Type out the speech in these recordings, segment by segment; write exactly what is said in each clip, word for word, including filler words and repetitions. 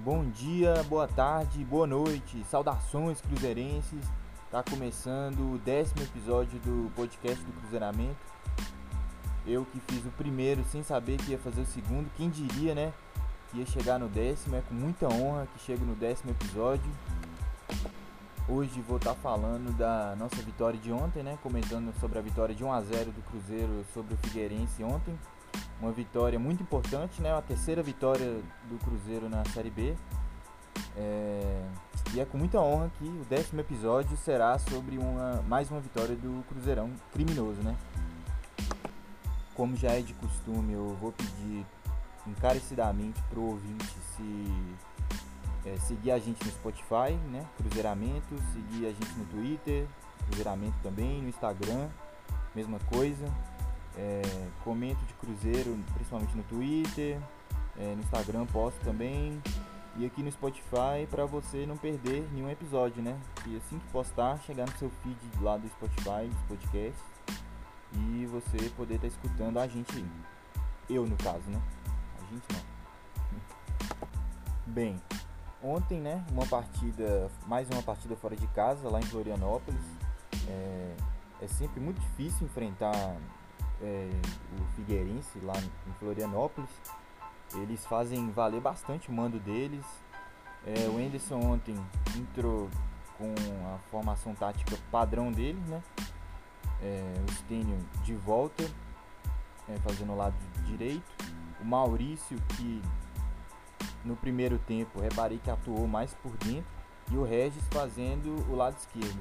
Bom dia, boa tarde, boa noite, saudações cruzeirenses. Tá começando o décimo episódio do podcast do Cruzeiramento. Eu que fiz o primeiro sem saber que ia fazer o segundo, quem diria, né? Que ia chegar no décimo, é com muita honra que chego no décimo episódio. Hoje vou estar falando da nossa vitória de ontem, né? Comentando sobre a vitória de um a zero do Cruzeiro sobre o Figueirense ontem. Uma vitória muito importante, né? A terceira vitória do Cruzeiro na Série B. É... E é com muita honra que o décimo episódio será sobre uma, mais uma vitória do Cruzeirão criminoso, né? Como já é de costume, eu vou pedir encarecidamente para o ouvinte se é, seguir a gente no Spotify, né? Cruzeiramento, seguir a gente no Twitter, Cruzeiramento também, no Instagram, mesma coisa. É, comento de Cruzeiro, principalmente no Twitter, é, no Instagram posto também, e aqui no Spotify para você não perder nenhum episódio, né? E assim que postar, chegar no seu feed lá do Spotify, dos podcasts, e você poder estar tá escutando a gente aí. Eu, no caso, né? A gente não. Bem, ontem, né? Uma partida, mais uma partida fora de casa, lá em Florianópolis. É, é sempre muito difícil enfrentar É, o Figueirense lá em Florianópolis. Eles fazem valer bastante o mando deles. É, o Enderson ontem entrou com a formação tática padrão dele, né? É, o Stênio de volta, é, fazendo o lado direito. O Maurício, que no primeiro tempo reparei que atuou mais por dentro, e o Regis fazendo o lado esquerdo.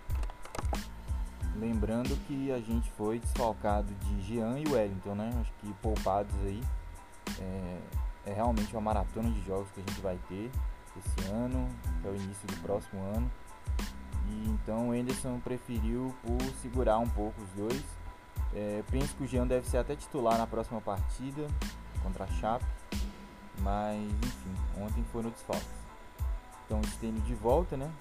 Lembrando que a gente foi desfalcado de Jean e Wellington, né? Acho que poupados aí. É, é realmente uma maratona de jogos que a gente vai ter esse ano, até o início do próximo ano. E então o Enderson preferiu por segurar um pouco os dois. É, penso que o Jean deve ser até titular na próxima partida contra a Chape. Mas enfim, ontem foi no desfalque. Então o Stênio de volta, né?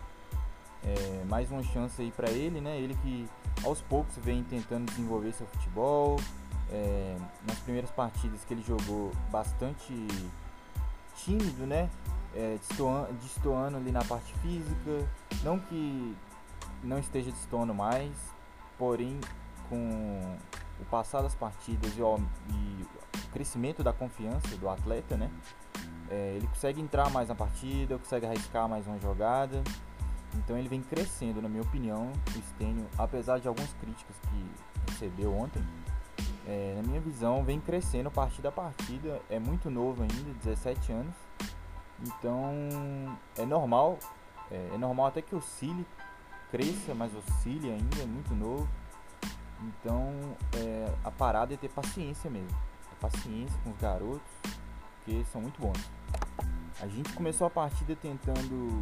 É, mais uma chance aí para ele, né? Ele que aos poucos vem tentando desenvolver seu futebol. É, nas primeiras partidas que ele jogou bastante tímido, né? É, destoando, destoando ali na parte física. Não que não esteja destoando mais, porém com o passar das partidas e o, e o crescimento da confiança do atleta, né? É, ele consegue entrar mais na partida, consegue arriscar mais uma jogada. Então ele vem crescendo, na minha opinião, o Stênio, apesar de algumas críticas que recebeu ontem, é, na minha visão, vem crescendo partida a partida, é muito novo ainda, dezessete anos, então é normal, é, é normal até que oscile, cresça, mas oscile ainda, é muito novo, então é, a parada é ter paciência mesmo, ter paciência com os garotos, porque são muito bons. A gente começou a partida tentando...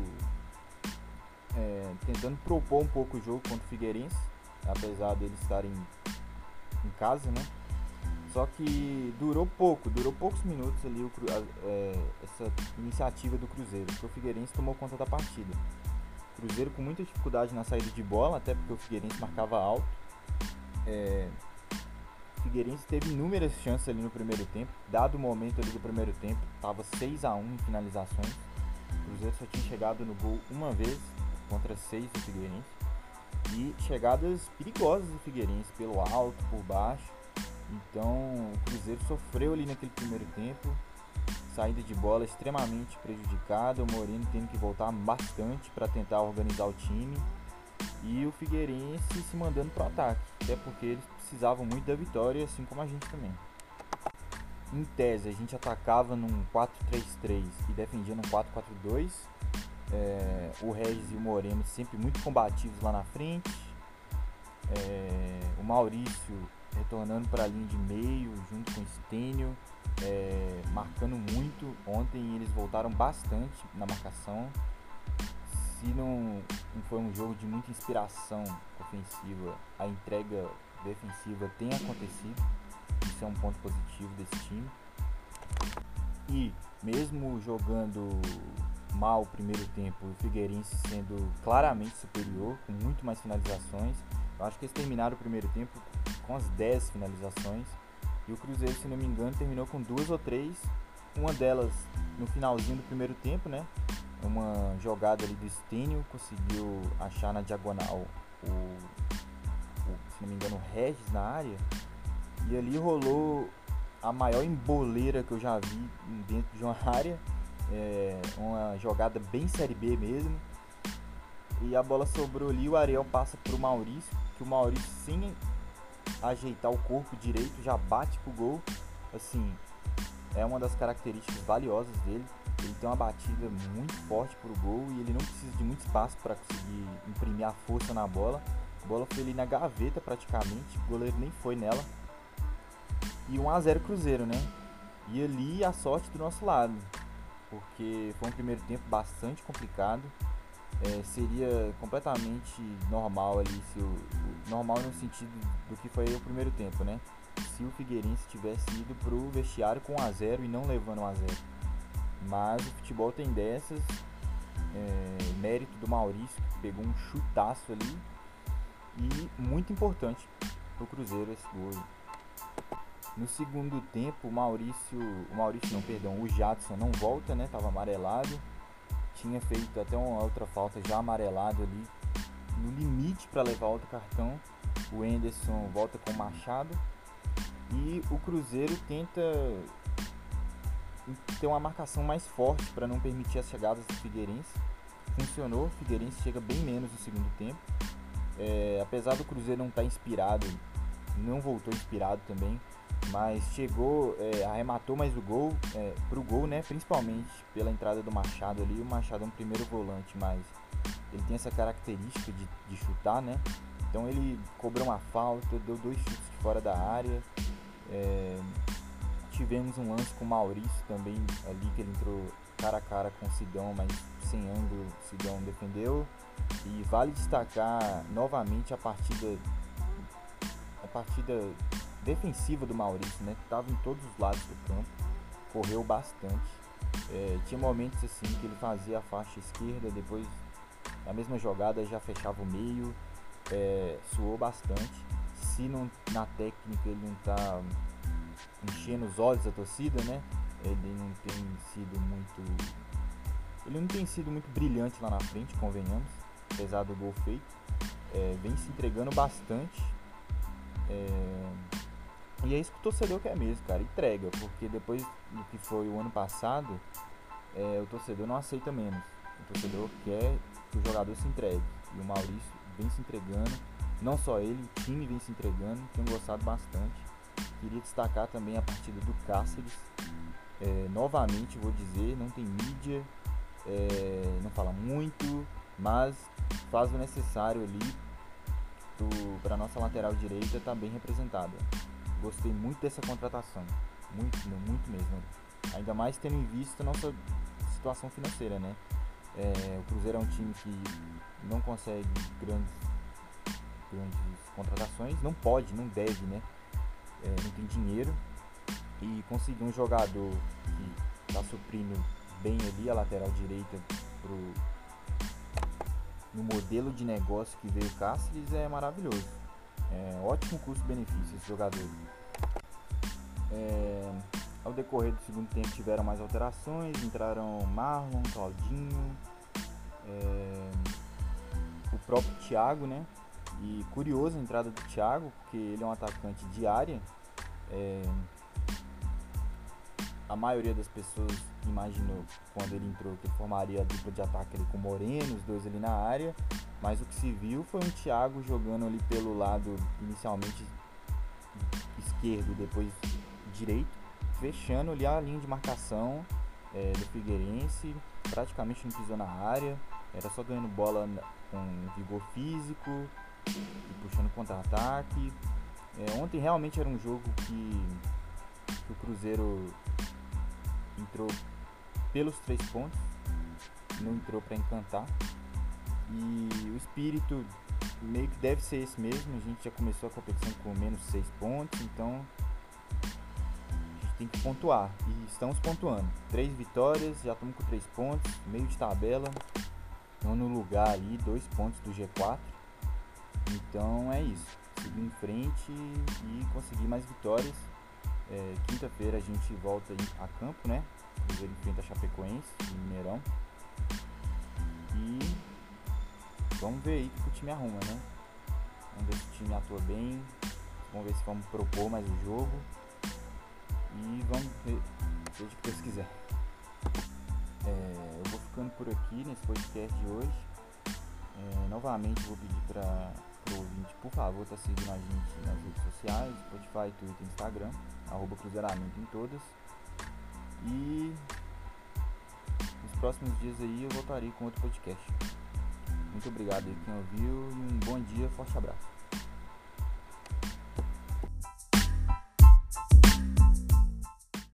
É, tentando propor um pouco o jogo contra o Figueirense, apesar deles estarem em casa, né? Só que durou pouco, durou poucos minutos ali o, é, essa iniciativa do Cruzeiro, porque o Figueirense tomou conta da partida. O Cruzeiro com muita dificuldade na saída de bola, até porque o Figueirense marcava alto. É, o Figueirense teve inúmeras chances ali no primeiro tempo, dado o momento ali do primeiro tempo, estava seis a um em finalizações. O Cruzeiro só tinha chegado no gol uma vez, contra seis do Figueirense, e chegadas perigosas do Figueirense, pelo alto, por baixo. Então o Cruzeiro sofreu ali naquele primeiro tempo, saída de bola extremamente prejudicada, o Moreno tendo que voltar bastante para tentar organizar o time, e o Figueirense se mandando para o ataque, até porque eles precisavam muito da vitória, assim como a gente também. Em tese, a gente atacava num quatro três três e defendia num quatro quatro dois. É, o Regis e o Moreno sempre muito combativos lá na frente. É, o Maurício retornando para a linha de meio junto com o Stênio, é, marcando muito. Ontem eles voltaram bastante na marcação. Se não, não foi um jogo de muita inspiração ofensiva, a entrega defensiva tem acontecido. Isso é um ponto positivo desse time. E mesmo jogando mal o primeiro tempo, o Figueirense sendo claramente superior, com muito mais finalizações, eu acho que eles terminaram o primeiro tempo com as dez finalizações, e o Cruzeiro, se não me engano, terminou com duas ou três, uma delas no finalzinho do primeiro tempo, né? Uma jogada ali do Stênio, conseguiu achar na diagonal o, o, se não me engano, o Regis na área. E ali rolou a maior emboleira que eu já vi dentro de uma área. É, uma jogada bem Série B mesmo. E a bola sobrou ali, o Ariel passa pro Maurício, que o Maurício, sem ajeitar o corpo direito, já bate pro gol. Assim, é uma das características valiosas dele. Ele tem uma batida muito forte pro gol e ele não precisa de muito espaço para conseguir imprimir a força na bola. A bola foi ali na gaveta praticamente, o goleiro nem foi nela. E um a zero Cruzeiro, né? E ali a sorte do nosso lado, porque foi um primeiro tempo bastante complicado. É, seria completamente normal ali, se o, o, normal no sentido do que foi o primeiro tempo, né? Se o Figueirense tivesse ido pro vestiário com um a zero e não levando um a zero. Mas o futebol tem dessas. É, mérito do Maurício, que pegou um chutaço ali. E muito importante pro Cruzeiro esse gol. No segundo tempo, o Maurício, o Maurício não, perdão, o Jadson não volta, né? Tava amarelado. Tinha feito até uma outra falta já amarelado ali no limite para levar outro cartão. O Henderson volta com o Machado e o Cruzeiro tenta ter uma marcação mais forte para não permitir as chegadas do Figueirense. Funcionou, o Figueirense chega bem menos no segundo tempo. É, apesar do Cruzeiro não estar inspirado, não voltou inspirado também, mas chegou, é, arrematou mais o gol, é, pro gol, né? Principalmente pela entrada do Machado ali. O Machado é um primeiro volante, mas ele tem essa característica de, de chutar, né? Então ele cobrou uma falta, deu dois chutes de fora da área. É, tivemos um lance com o Maurício também ali, que ele entrou cara a cara com o Sidão, mas sem ângulo, o Sidão defendeu. E vale destacar novamente a partida, a partida defensiva do Maurício, né, que estava em todos os lados do campo, correu bastante. É, tinha momentos assim que ele fazia a faixa esquerda, depois a mesma jogada já fechava o meio, é, suou bastante. Se não, na técnica ele não está enchendo os olhos da torcida, né, ele não tem sido muito, ele não tem sido muito brilhante lá na frente, convenhamos, apesar do gol feito. É, vem se entregando bastante. É, E é isso que o torcedor quer mesmo, cara, entrega, porque depois do que foi o ano passado, é, o torcedor não aceita menos. O torcedor quer que o jogador se entregue, e o Maurício vem se entregando, não só ele, o time vem se entregando, tenho gostado bastante. Queria destacar também a partida do Cáceres, é, novamente vou dizer, não tem mídia, é, não fala muito, mas faz o necessário ali para a nossa lateral direita estar bem representada. Gostei muito dessa contratação, muito, muito mesmo. Ainda mais tendo em vista a nossa situação financeira, né? É, o Cruzeiro é um time que não consegue grandes, grandes contratações, não pode, não deve, né? É, não tem dinheiro, e conseguir um jogador que está suprindo bem ali a lateral direita pro, no modelo de negócio que veio o Cáceres é maravilhoso. É, ótimo custo-benefício esse jogador. É, ao decorrer do segundo tempo tiveram mais alterações, entraram Marlon, Claudinho, é, o próprio Thiago, né? E curioso a entrada do Thiago, porque ele é um atacante de área. É, a maioria das pessoas imaginou quando ele entrou que ele formaria a dupla de ataque ali com o Moreno, os dois ali na área, mas o que se viu foi um Thiago jogando ali pelo lado inicialmente esquerdo, depois direito, fechando ali a linha de marcação é, do Figueirense, praticamente não pisou na área, era só ganhando bola com vigor físico e puxando contra-ataque. É, ontem realmente era um jogo que, que o Cruzeiro entrou pelos três pontos, não entrou para encantar, e o espírito meio que deve ser esse mesmo. A gente já começou a competição com menos seis pontos, então a gente tem que pontuar, e estamos pontuando. Três vitórias, já estamos com três pontos, meio de tabela, nono lugar ali, dois pontos do G quatro. Então é isso, seguir em frente e conseguir mais vitórias. É, quinta-feira a gente volta a campo, né? O Cruzeiro enfrenta a Chapecoense no Mineirão. E vamos ver aí o que o time arruma, né? Vamos ver se o time atua bem. Vamos ver se vamos propor mais o jogo. E vamos ver, seja o que Deus quiser. É, eu vou ficando por aqui nesse podcast de hoje. É, novamente vou pedir para o ouvinte, por favor, estar tá seguindo a gente nas redes sociais, Spotify, Twitter, Instagram, arroba Cruzeiramento em todas. E nos próximos dias aí eu voltarei com outro podcast. Muito obrigado aí quem ouviu e um bom dia, forte abraço.